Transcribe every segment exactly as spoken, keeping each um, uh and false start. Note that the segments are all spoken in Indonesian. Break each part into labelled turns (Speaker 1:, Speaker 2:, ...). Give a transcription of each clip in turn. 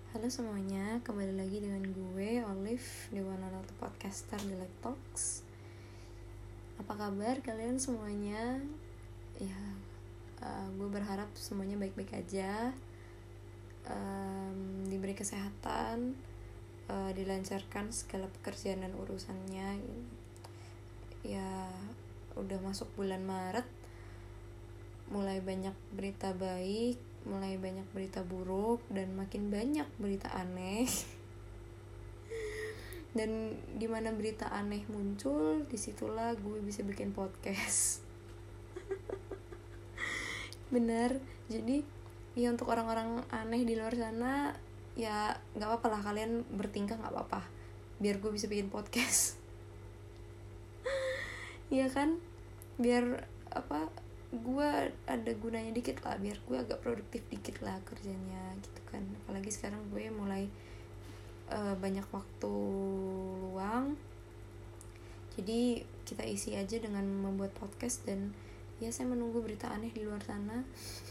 Speaker 1: Halo semuanya, kembali lagi dengan gue, Olive, di One Another Podcaster di Like Talks. Apa kabar kalian semuanya? Ya, uh, gue berharap semuanya baik-baik aja, um, diberi kesehatan, uh, dilancarkan segala pekerjaan dan urusannya. Ya, udah masuk bulan Maret, mulai banyak berita baik, mulai banyak berita buruk, dan makin banyak berita aneh. Dan dimana berita aneh muncul, disitulah gue bisa bikin podcast. Bener, jadi ya untuk orang-orang aneh di luar sana, ya gak apa-apa lah, kalian bertingkah gak apa-apa, biar gue bisa bikin podcast. Iya kan, biar apa, gue ada gunanya dikit lah, biar gue agak produktif dikit lah kerjanya gitu kan. Apalagi sekarang gue mulai uh, banyak waktu luang, jadi kita isi aja dengan membuat podcast. Dan ya saya menunggu berita aneh di luar sana.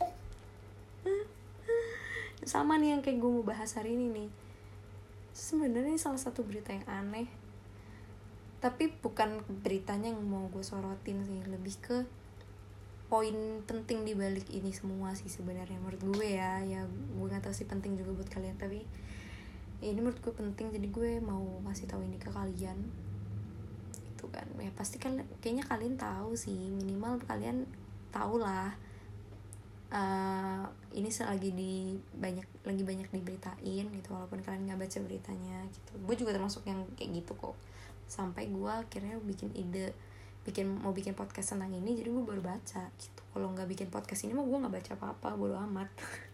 Speaker 1: Sama nih yang kayak gue mau bahas hari ini nih, sebenarnya ini salah satu berita yang aneh, tapi bukan beritanya yang mau gue sorotin sih, lebih ke poin penting di balik ini semua sih sebenarnya menurut gue ya. Ya gue nggak tahu sih penting juga buat kalian, tapi ya ini menurut gue penting, jadi gue mau ngasih tahu ini ke kalian itu kan. Ya pasti kan kayaknya kalian tahu sih, minimal kalian tahu lah, uh, ini lagi di banyak lagi banyak diberitain gitu, walaupun kalian nggak baca beritanya gitu. Gue juga termasuk yang kayak gitu kok, sampai gue akhirnya bikin ide bikin mau bikin podcast tentang ini, jadi gue baru baca gitu. Kalau nggak bikin podcast ini mah gue nggak baca apa-apa, bodo amat.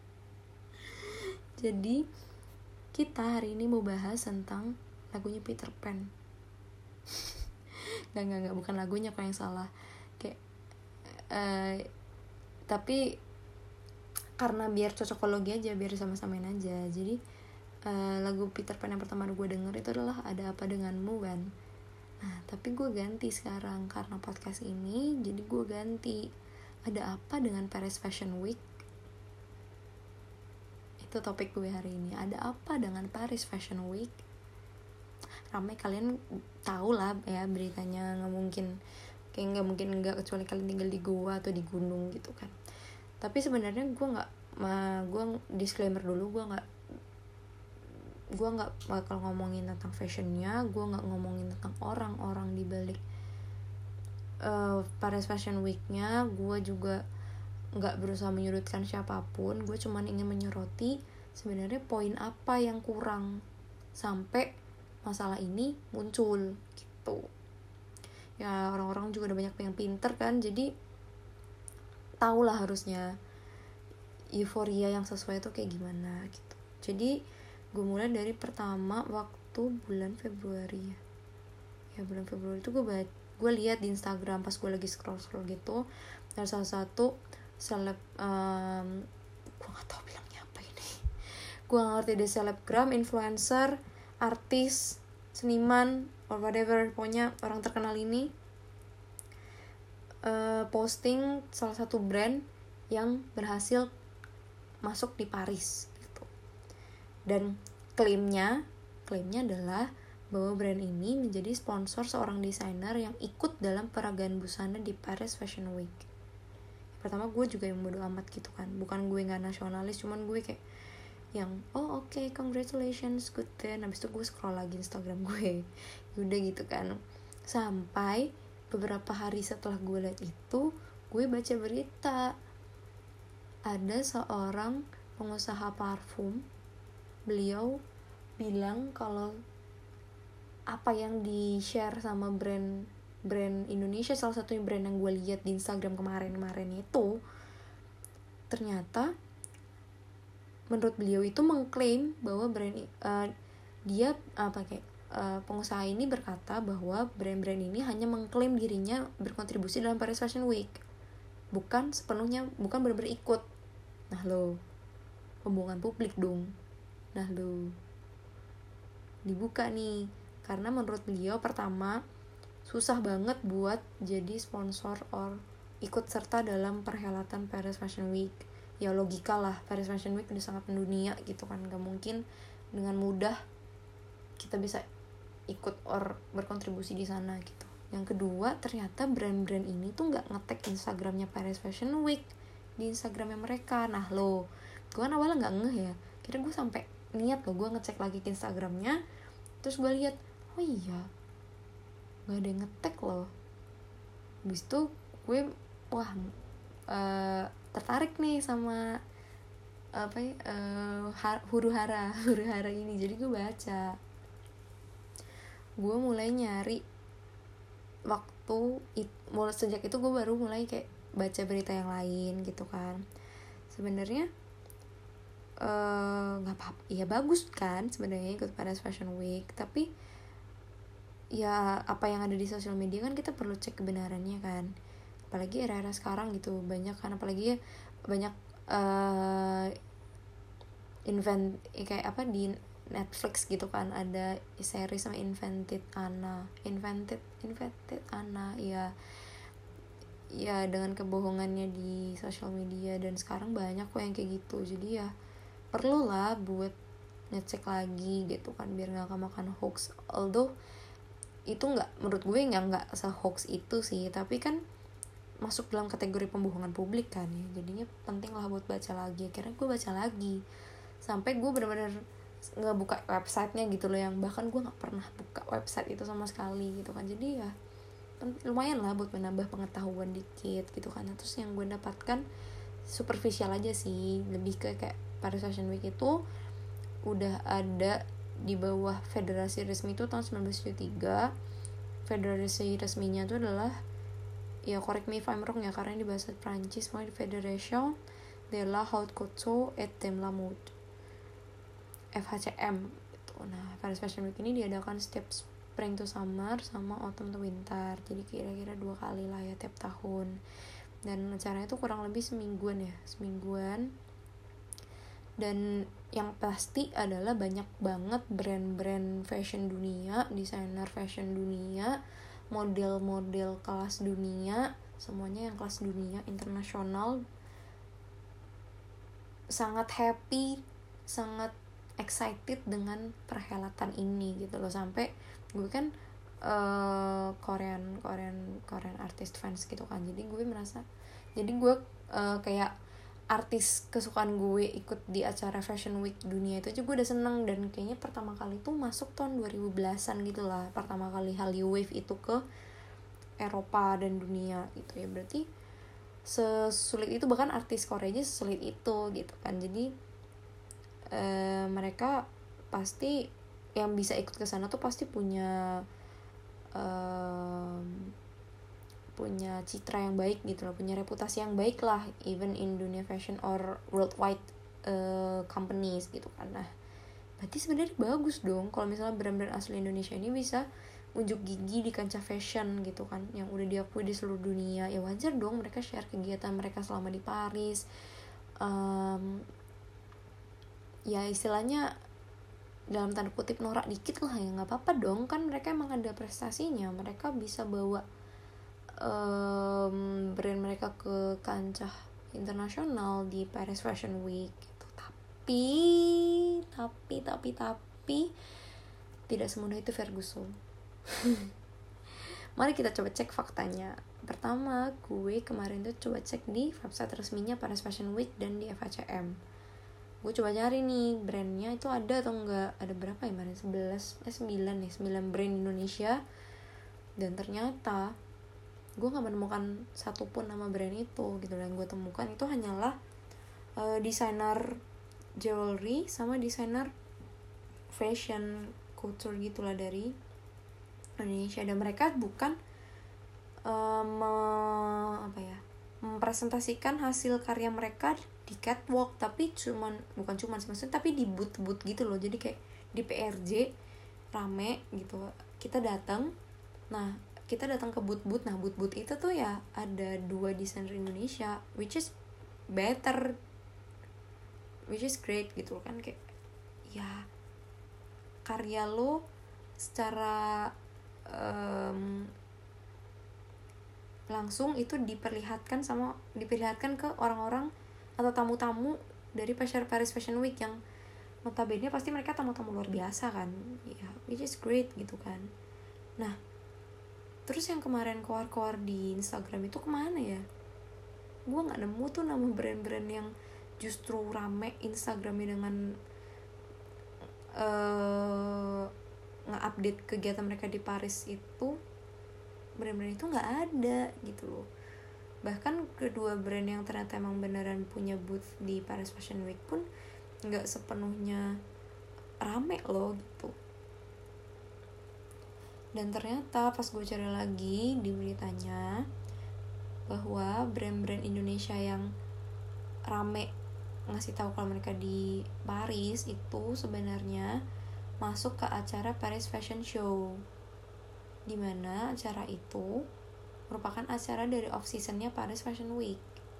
Speaker 1: Jadi kita hari ini mau bahas tentang lagunya Peter Pan. Nggak nggak nggak bukan lagunya kok yang salah, kayak uh, tapi karena biar cocokologi aja, biar sama-samain aja. Jadi uh, lagu Peter Pan yang pertama gue denger itu adalah Ada Apa Denganmu kan. Nah, tapi gue ganti sekarang karena podcast ini, jadi gue ganti Ada Apa Dengan Paris Fashion Week. Itu topik gue hari ini, Ada Apa Dengan Paris Fashion Week. Ramai, kalian tahu lah ya beritanya, nggak mungkin kayak nggak mungkin nggak, kecuali kalian tinggal di goa atau di gunung gitu kan. Tapi sebenarnya gue nggak, gue disclaimer dulu, gue nggak gue nggak bakal ngomongin tentang fashionnya, gue nggak ngomongin tentang orang-orang di balik uh, Paris Fashion Week-nya. Gue juga nggak berusaha menyudutkan siapapun, gue cuman ingin menyoroti sebenarnya poin apa yang kurang sampai masalah ini muncul gitu. Ya orang-orang juga udah banyak yang pinter kan, jadi tahulah harusnya euforia yang sesuai itu kayak gimana gitu. Jadi gue mulai dari pertama waktu bulan Februari ya. Ya bulan Februari itu gue baca, gue lihat di Instagram pas gue lagi scroll scroll gitu, ada salah satu seleb, um, gue nggak tahu bilangnya apa ini, gue nggak ngerti deh, selebgram, influencer, artis, seniman, or whatever, pokoknya orang terkenal ini uh, posting salah satu brand yang berhasil masuk di Paris. Dan klaimnya, klaimnya adalah bahwa brand ini menjadi sponsor seorang desainer yang ikut dalam peragaan busana di Paris Fashion Week. Pertama gue juga yang bodo amat gitu kan, bukan gue nggak nasionalis, cuman gue kayak yang oh oke okay, congratulations, good then. Habis itu gue scroll lagi Instagram gue, udah gitu kan. Sampai beberapa hari setelah gue lihat itu, gue baca berita ada seorang pengusaha parfum, beliau bilang kalau apa yang di-share sama brand brand Indonesia, salah satunya brand yang gue lihat di Instagram kemarin-kemarin itu, ternyata menurut beliau itu mengklaim bahwa brand uh, dia apa kayak uh, pengusaha ini berkata bahwa brand-brand ini hanya mengklaim dirinya berkontribusi dalam Paris Fashion Week, bukan sepenuhnya, bukan benar-benar ikut. Nah lo, hubungan publik dong. Nah lu dibuka nih, karena menurut beliau pertama susah banget buat jadi sponsor or ikut serta dalam perhelatan Paris Fashion Week. Ya logika lah, Paris Fashion Week udah sangat mendunia gitu kan, gak mungkin dengan mudah kita bisa ikut or berkontribusi di sana gitu. Yang kedua, ternyata brand-brand ini tuh nggak nge-tag Instagramnya Paris Fashion Week di Instagramnya mereka. Nah lo, gue kan awalnya nggak ngeh ya, kira gue sampai niat loh gue ngecek lagi ke Instagramnya, terus gue lihat oh iya nggak ada yang nge-tag loh. Habis itu gue wah uh, tertarik nih sama apa ya uh, huru hara huru hara ini, jadi gue baca, gue mulai nyari waktu it, mulai sejak itu gue baru mulai kayak baca berita yang lain gitu kan. Sebenarnya nggak uh, apa ya bagus kan sebenarnya ikut Paris Fashion Week, tapi ya apa yang ada di sosial media kan kita perlu cek kebenarannya kan, apalagi era-era sekarang gitu banyak kan, apalagi ya banyak uh, invent kayak apa di Netflix gitu kan, ada series sama Invented Anna Invented Invented Anna ya ya dengan kebohongannya di sosial media, dan sekarang banyak kok yang kayak gitu. Jadi ya perlu lah buat ngecek lagi gitu kan biar nggak kemakan hoax, although itu nggak, menurut gue nggak nggak se-hoax itu sih, tapi kan masuk dalam kategori pembohongan publik kan ya, jadinya penting lah buat baca lagi. Akhirnya gue baca lagi sampai gue benar-benar nggak buka websitenya gitu loh, yang bahkan gue nggak pernah buka website itu sama sekali gitu kan. Jadi ya lumayan lah buat menambah pengetahuan dikit gitu kan. Terus yang gue dapatkan superficial aja sih, lebih ke kayak Paris Fashion Week itu udah ada di bawah federasi resmi itu tahun sembilan belas tujuh puluh tiga. Federasi resminya itu adalah, ya correct me if I'm wrong ya karena di bahasa Prancis, mau Fédération de la Haute Couture et de la Mode, F H C M gitu. Nah Paris Fashion Week ini diadakan setiap spring to summer sama autumn to winter, jadi kira-kira dua kali lah ya tiap tahun, dan acaranya itu kurang lebih semingguan ya semingguan dan yang pasti adalah banyak banget brand-brand fashion dunia, desainer fashion dunia, model-model kelas dunia, semuanya yang kelas dunia internasional, sangat happy, sangat excited dengan perhelatan ini gitu loh. Sampai gue kan uh, Korean Korean Korean artist fans gitu kan, jadi gue merasa, jadi gue uh, kayak artis kesukaan gue ikut di acara Fashion Week dunia itu aja gue udah seneng, dan kayaknya pertama kali tuh masuk tahun dua ribu sepuluhan gitu lah, pertama kali Hallyu Wave itu ke Eropa dan dunia gitu ya. Berarti sesulit itu, bahkan artis Korea aja sesulit itu gitu kan. Jadi eh, mereka pasti yang bisa ikut ke sana tuh pasti punya eh, punya citra yang baik gitu loh, punya reputasi yang baik lah, even in dunia fashion or worldwide uh, companies gitu kan. Nah berarti sebenarnya bagus dong kalau misalnya brand-brand asli Indonesia ini bisa unjuk gigi di kancah fashion gitu kan, yang udah diakui di seluruh dunia. Ya wajar dong mereka share kegiatan mereka selama di Paris, um, ya istilahnya dalam tanda kutip norak dikit lah, ya nggak apa-apa dong kan, mereka emang ada prestasinya, mereka bisa bawa Um, brand mereka ke kancah internasional di Paris Fashion Week gitu. Tapi tapi tapi tapi tidak semudah itu Ferguson. Mari kita coba cek faktanya. Pertama, gue kemarin tuh coba cek di website resminya Paris Fashion Week dan di F H C M. Gue coba cari nih brandnya itu ada atau enggak. Ada berapa ya kemarin? sebelas, eh sembilan nih, sembilan brand Indonesia. Dan ternyata gue gak menemukan satupun nama brand itu gitu. Dan gue temukan itu hanyalah uh, desainer jewelry sama desainer fashion couture gitulah dari Indonesia. Dan mereka bukan uh, me, apa ya mempresentasikan hasil karya mereka di catwalk, tapi cuman bukan cuman maksudnya tapi di booth-booth gitu loh. Jadi kayak di P R J rame gitu, kita datang, nah kita datang ke booth-booth, nah booth-booth itu tuh ya ada dua desainer Indonesia, which is better, which is great gitu kan. Kayak ya karya lo secara um, langsung itu diperlihatkan sama diperlihatkan ke orang-orang atau tamu-tamu dari Paris Fashion Week yang notabene pasti mereka tamu-tamu luar biasa kan, ya which is great gitu kan. Nah terus yang kemarin keluar-keluar di Instagram itu kemana ya? Gue nggak nemu tuh nama brand-brand yang justru rame Instagramnya dengan uh, nge-update kegiatan mereka di Paris itu. Brand-brand itu nggak ada gitu loh. Bahkan kedua brand yang ternyata emang beneran punya booth di Paris Fashion Week pun nggak sepenuhnya rame loh gitu. Dan ternyata pas gue cari lagi di beritanya bahwa brand-brand Indonesia yang rame ngasih tahu kalau mereka di Paris itu sebenarnya masuk ke acara Paris Fashion Show, dimana acara itu merupakan acara dari off seasonnya Paris Fashion Week.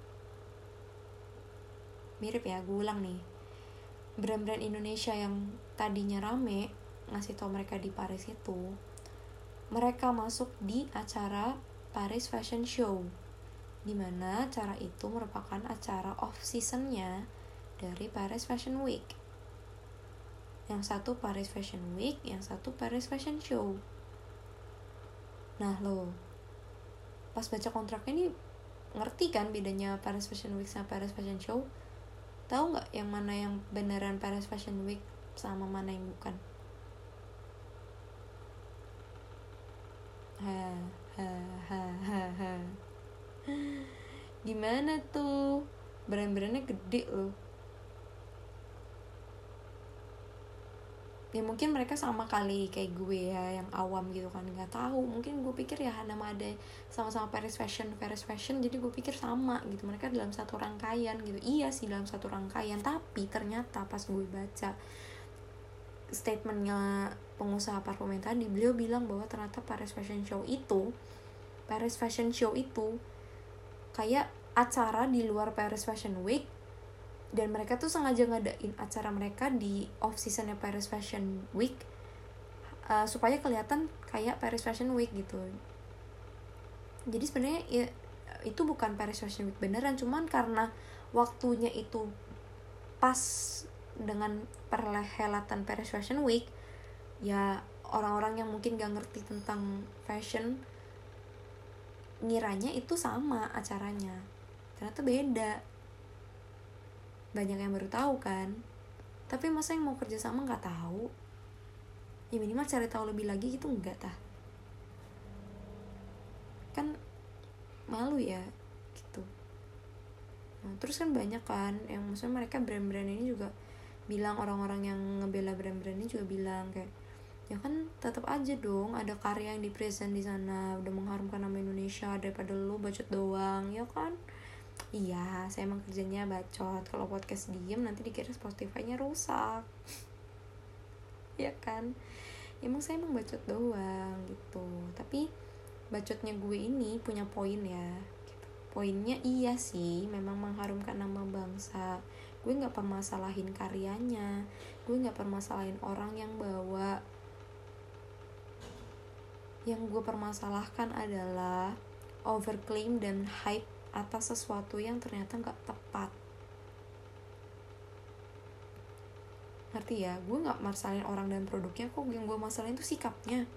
Speaker 1: Mirip ya, gue ulang nih, brand-brand Indonesia yang tadinya rame ngasih tahu mereka di Paris itu, mereka masuk di acara Paris Fashion Show, dimana acara itu merupakan acara off seasonnya dari Paris Fashion Week. Yang satu Paris Fashion Week, yang satu Paris Fashion Show. Nah lo, pas baca kontraknya nih ngerti kan bedanya Paris Fashion Week sama Paris Fashion Show? Tahu nggak yang mana yang beneran Paris Fashion Week sama mana yang bukan? Ha ha ha ha ha. Gimana tuh? Brand-brandnya gede loh. Ya mungkin mereka sama kali kayak gue ya, yang awam gitu kan, nggak tahu. Mungkin gue pikir ya nama ada sama-sama Paris Fashion, Paris Fashion, jadi gue pikir sama gitu. Mereka dalam satu rangkaian gitu. Iya sih dalam satu rangkaian, tapi ternyata pas gue baca statementnya pengusaha parfum tadi, beliau bilang bahwa ternyata Paris Fashion Show itu Paris Fashion Show itu kayak acara di luar Paris Fashion Week, dan mereka tuh sengaja ngadain acara mereka di off seasonnya Paris Fashion Week uh, supaya kelihatan kayak Paris Fashion Week gitu. Jadi sebenarnya ya, itu bukan Paris Fashion Week beneran, cuman karena waktunya itu pas dengan perhelatan Paris Fashion Week, ya orang-orang yang mungkin gak ngerti tentang fashion ngiranya itu sama acaranya, ternyata beda. Banyak yang baru tahu kan, tapi masa yang mau kerja sama nggak tahu? Ya minimal cari tahu lebih lagi gitu, enggak tah? Kan malu ya gitu. Nah, terus kan banyak kan yang maksudnya mereka brand-brand ini juga bilang, orang-orang yang ngebela brand-brand ini juga bilang kayak, ya kan tetap aja dong ada karya yang dipresent di sana, udah mengharumkan nama Indonesia, daripada lu bacot doang, ya kan? Iya, saya emang kerjanya bacot. Kalau podcast diem nanti dikira Spotify-nya rusak. Ya kan? Emang saya emang bacot doang gitu. Tapi bacotnya gue ini punya poin ya gitu. Poinnya iya sih, memang mengharumkan nama bangsa. Gue gak permasalahin karyanya, gue gak permasalahin orang yang bawa. Yang gue permasalahkan adalah overclaim dan hype atas sesuatu yang ternyata gak tepat. Ngerti ya? Gue gak masalahin orang dan produknya kok, yang gue masalahin itu sikapnya.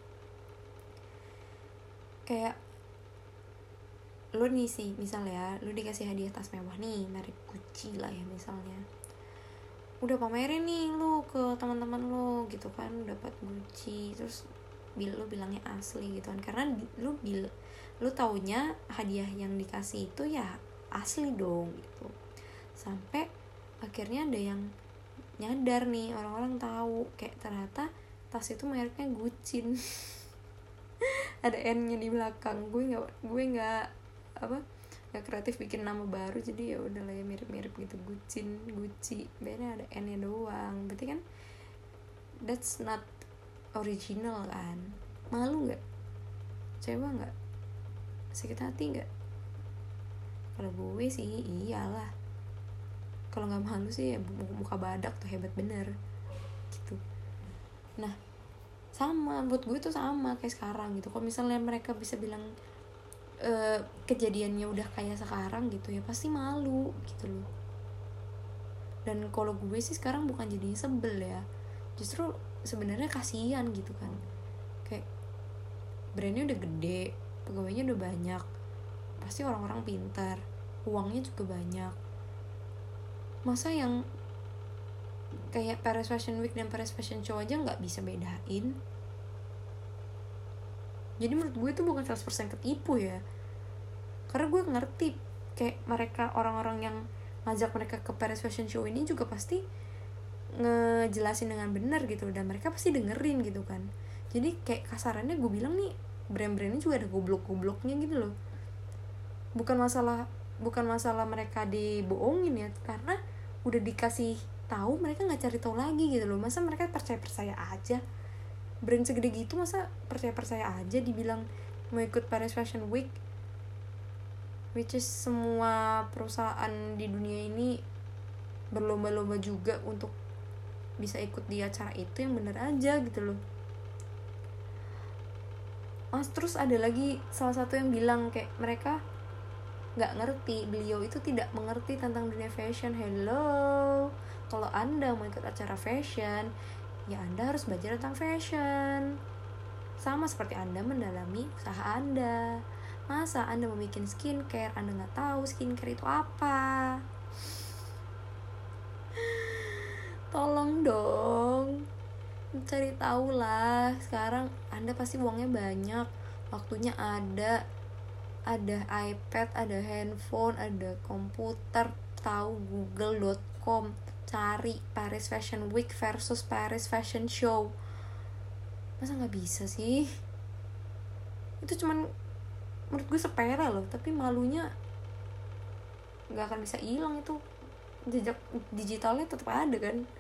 Speaker 1: Kayak lo nih sih, misalnya ya, lo dikasih hadiah tas mewah nih, merek Gucci lah ya misalnya, udah pamerin nih lo ke teman-teman lo gitu kan, dapat Gucci, terus bil lo bilangnya asli gitu kan, karena lo bil lo taunya hadiah yang dikasih itu ya asli dong gitu. Sampai akhirnya ada yang nyadar nih, orang-orang tahu kayak ternyata tas itu mereknya Gucci. Ada N-nya di belakang. Gue nggak gue nggak apa nggak kreatif bikin nama baru, jadi ya udah lah ya mirip-mirip gitu, Gucci Gucci beda ada N-nya doang. Berarti kan that's not original kan. Malu nggak? Kecewa nggak? Sakit hati nggak? Kalau gue sih iyalah. Kalau nggak malu sih ya muka badak tuh hebat bener gitu. Nah sama buat gue tuh sama kayak sekarang gitu. Kalau misalnya mereka bisa bilang e, kejadiannya udah kayak sekarang gitu, ya pasti malu gitu loh. Dan kalau gue sih sekarang bukan jadinya sebel ya, justru sebenarnya kasihan gitu kan. Kayak brandnya udah gede, pegawainya udah banyak, pasti orang-orang pintar, uangnya juga banyak. Masa yang kayak Paris Fashion Week dan Paris Fashion Show aja nggak bisa bedain? Jadi menurut gue itu bukan seratus persen ketipu ya, karena gue ngerti kayak mereka, orang-orang yang ngajak mereka ke Paris Fashion Show ini juga pasti ngejelasin dengan benar gitu, dan mereka pasti dengerin gitu kan. Jadi kayak kasarannya gue bilang nih, brand-brandnya juga ada goblok-gobloknya gitu loh. Bukan masalah bukan masalah mereka dibohongin ya, karena udah dikasih tahu mereka nggak cari tahu lagi gitu loh. Masa mereka percaya-percaya aja, brand segede gitu masa percaya-percaya aja dibilang mau ikut Paris Fashion Week, which is semua perusahaan di dunia ini berlomba-lomba juga untuk bisa ikut di acara itu, yang bener aja gitu loh. Mas, terus ada lagi salah satu yang bilang kayak mereka nggak ngerti, beliau itu tidak mengerti tentang dunia fashion. Hello, kalau anda mau ikut acara fashion, ya anda harus belajar tentang fashion, sama seperti anda mendalami usaha anda. Masa anda mau bikin skincare, anda nggak tahu skincare itu apa? Tolong dong, cari tahu lah. Sekarang anda pasti uangnya banyak, waktunya ada, ada iPad, ada handphone, ada komputer, tahu google dot com, cari Paris Fashion Week versus Paris Fashion Show. Masa nggak bisa sih? Itu cuman menurut gue sepele loh, tapi malunya nggak akan bisa hilang. Itu jejak digitalnya tetap ada kan.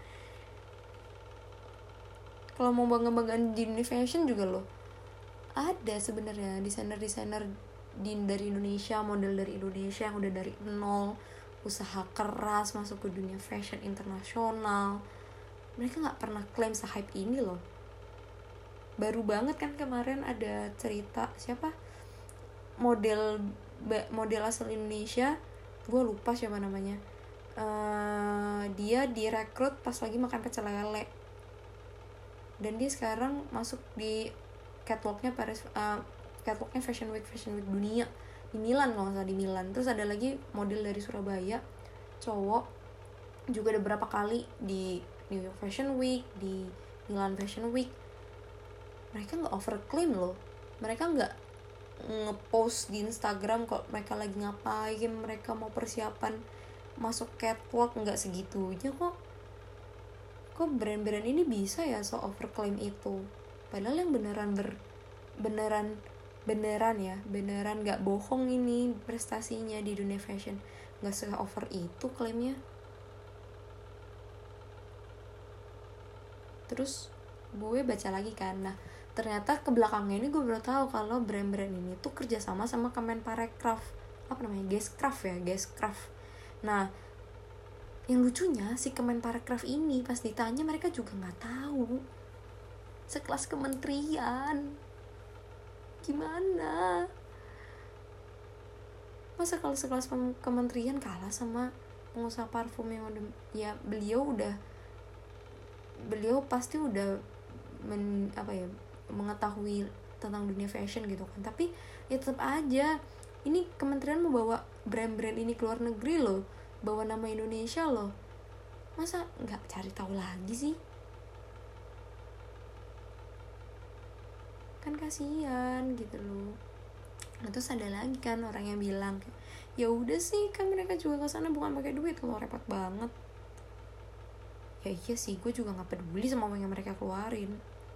Speaker 1: Kalau mau bangga-banggaan di dunia fashion juga loh, ada sebenarnya desainer-desainer di dari Indonesia, model dari Indonesia yang udah dari nol usaha keras masuk ke dunia fashion internasional. Mereka nggak pernah klaim se-hype ini loh. Baru banget kan kemarin ada cerita siapa model model asal Indonesia, gue lupa siapa namanya, uh, dia direkrut pas lagi makan pecel lele, dan dia sekarang masuk di catwalknya Paris, uh, catwalknya Fashion Week Fashion Week dunia di Milan kalau nggak salah, di Milan. Terus ada lagi model dari Surabaya, cowok, juga ada berapa kali di New York Fashion Week, di Milan Fashion Week. Mereka nggak overclaim loh, mereka nggak ngepost di Instagram kok mereka lagi ngapain, mereka mau persiapan masuk catwalk, nggak segitunya kok. Kok brand-brand ini bisa ya so overclaim itu, padahal yang beneran ber beneran beneran ya beneran nggak bohong ini prestasinya di dunia fashion, nggak se-over itu klaimnya. Terus gue baca lagi kan, nah ternyata ke belakangnya ini gue baru tahu kalau brand-brand ini tuh kerjasama sama Kemenparekraf, apa namanya, Gescraft ya, Gescraft. Nah yang lucunya si Kemenparekraf ini pas ditanya mereka juga nggak tahu, sekelas kementerian. Gimana? Masa kalau sekelas kementerian kalah sama pengusaha parfum yang udah, ya beliau udah beliau pasti udah men, apa ya mengetahui tentang dunia fashion gitu kan. Tapi ya tetap aja ini kementerian mau bawa brand-brand ini ke luar negeri loh, bawa nama Indonesia loh, masa nggak cari tahu lagi sih? Kan kasihan gitu loh. Nah terus ada lagi kan orang yang bilang ya udah sih kan mereka juga kesana bukan pakai duit loh, repot banget. Ya iya sih, gue juga nggak peduli sama uang yang mereka keluarin.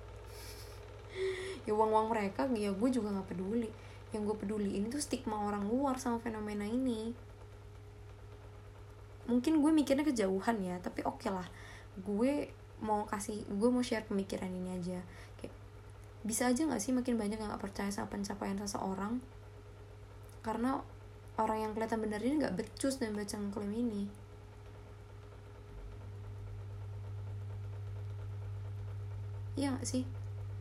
Speaker 1: Ya uang-uang mereka, ya gue juga gak peduli. Yang gue peduli ini tuh stigma orang luar sama fenomena ini. Mungkin gue mikirnya kejauhan ya, tapi oke okay lah, gue mau kasih gue mau share pemikiran ini aja. Kayak, bisa aja gak sih makin banyak yang gak percaya sama pencapaian seseorang karena orang yang kelihatan benar ini gak becus dan baca klaim ini. Iya gak sih?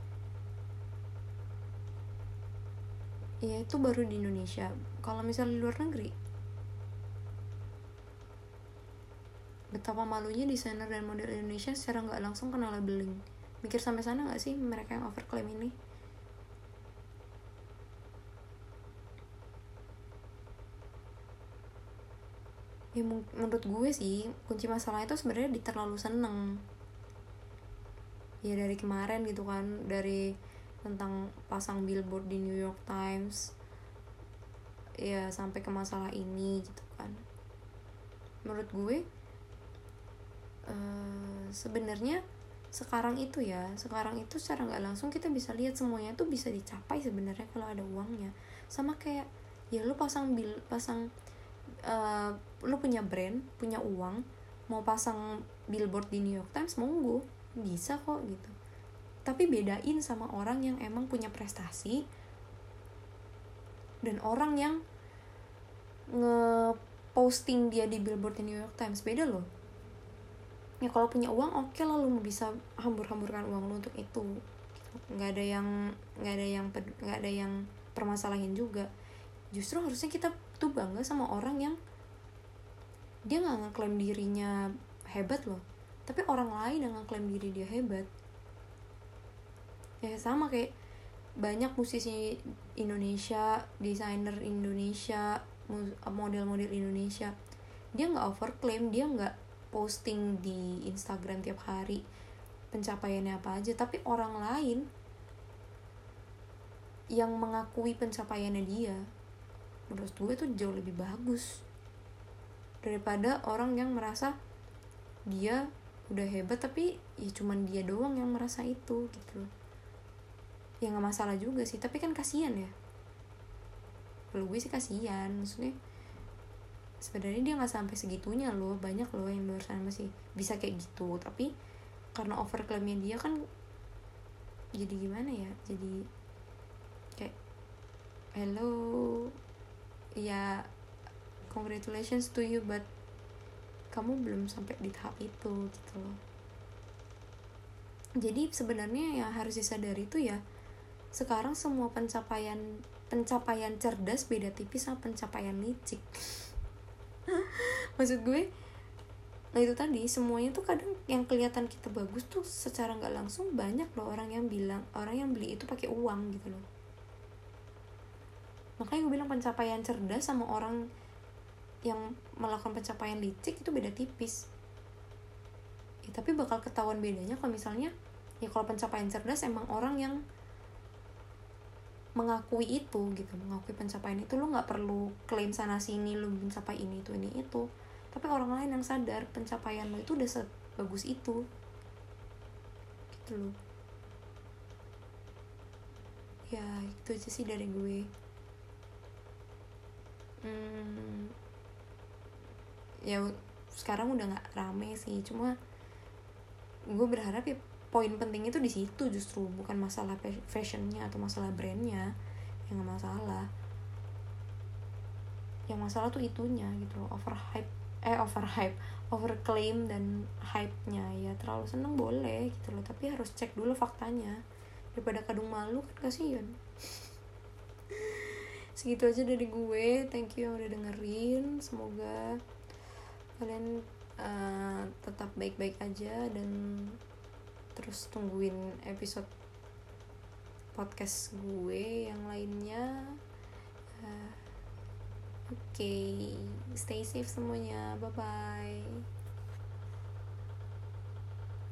Speaker 1: Ya itu baru di Indonesia. Kalau misalnya di luar negeri, betapa malunya desainer dan model Indonesia secara nggak langsung kena labeling. Mikir sampai sana nggak sih mereka yang overclaim ini? Ya menurut gue sih kunci masalah itu sebenarnya di terlalu seneng. Ya dari kemarin gitu kan, dari tentang pasang billboard di New York Times, ya sampai ke masalah ini gitu kan. Menurut gue uh, sebenarnya sekarang itu ya sekarang itu secara nggak langsung kita bisa lihat semuanya tuh bisa dicapai sebenarnya kalau ada uangnya. Sama kayak ya lu pasang bill pasang uh, lu punya brand, punya uang, mau pasang billboard di New York Times, monggo, bisa kok gitu. Tapi bedain sama orang yang emang punya prestasi dan orang yang nge-posting dia di billboard di New York Times, beda loh. Ya kalau punya uang oke okay lah, lu bisa hambur-hamburkan uang lu untuk itu, nggak ada yang nggak ada yang nggak ada yang permasalahin juga. Justru harusnya kita tuh bangga sama orang yang dia nggak ngeklaim dirinya hebat loh, tapi orang lain yang ngeklaim diri dia hebat. Ya sama kayak banyak musisi Indonesia, desainer Indonesia, model-model Indonesia, dia nggak overclaim, dia nggak posting di Instagram tiap hari pencapaiannya apa aja, tapi orang lain yang mengakui pencapaiannya dia, menurut gue tuh jauh lebih bagus daripada orang yang merasa dia udah hebat tapi ya cuman dia doang yang merasa itu gitu loh. Ya nggak masalah juga sih, tapi kan kasihan ya. Kalau gue sih kasihan, maksudnya sebenarnya dia nggak sampai segitunya loh, banyak loh yang luar sana masih bisa kayak gitu, tapi karena overclaimnya dia kan jadi gimana ya, jadi kayak hello ya congratulations to you but kamu belum sampai di tahap itu gitu loh. Jadi sebenarnya yang harus disadari itu ya, sekarang semua pencapaian pencapaian cerdas beda tipis sama pencapaian licik. Maksud gue, nah itu tadi semuanya tuh kadang yang kelihatan kita bagus tuh secara nggak langsung banyak loh orang yang bilang, orang yang beli itu pakai uang gitu loh. Makanya gue bilang pencapaian cerdas sama orang yang melakukan pencapaian licik itu beda tipis. Ya, tapi bakal ketahuan bedanya kalau misalnya ya kalau pencapaian cerdas emang orang yang mengakui itu gitu, mengakui pencapaian itu. Lu nggak perlu klaim sana sini lu mencapai ini itu ini itu, tapi orang lain yang sadar pencapaian lu itu udah sebagus itu gitu loh. Ya itu aja sih dari gue. hmm, ya sekarang udah nggak rame sih, cuma gue berharap ya poin penting itu di situ justru, bukan masalah fashionnya atau masalah brandnya, yang nggak masalah. Yang masalah tuh itunya gitu loh, overhype eh overhype overclaim dan hype-nya. Ya terlalu seneng boleh gitu loh, tapi harus cek dulu faktanya, daripada kadung malu kan kasihan. Segitu aja dari gue, thank you yang udah dengerin, semoga kalian uh, tetap baik-baik aja dan terus tungguin episode podcast gue yang lainnya. uh, Oke, okay. Stay safe semuanya, bye bye.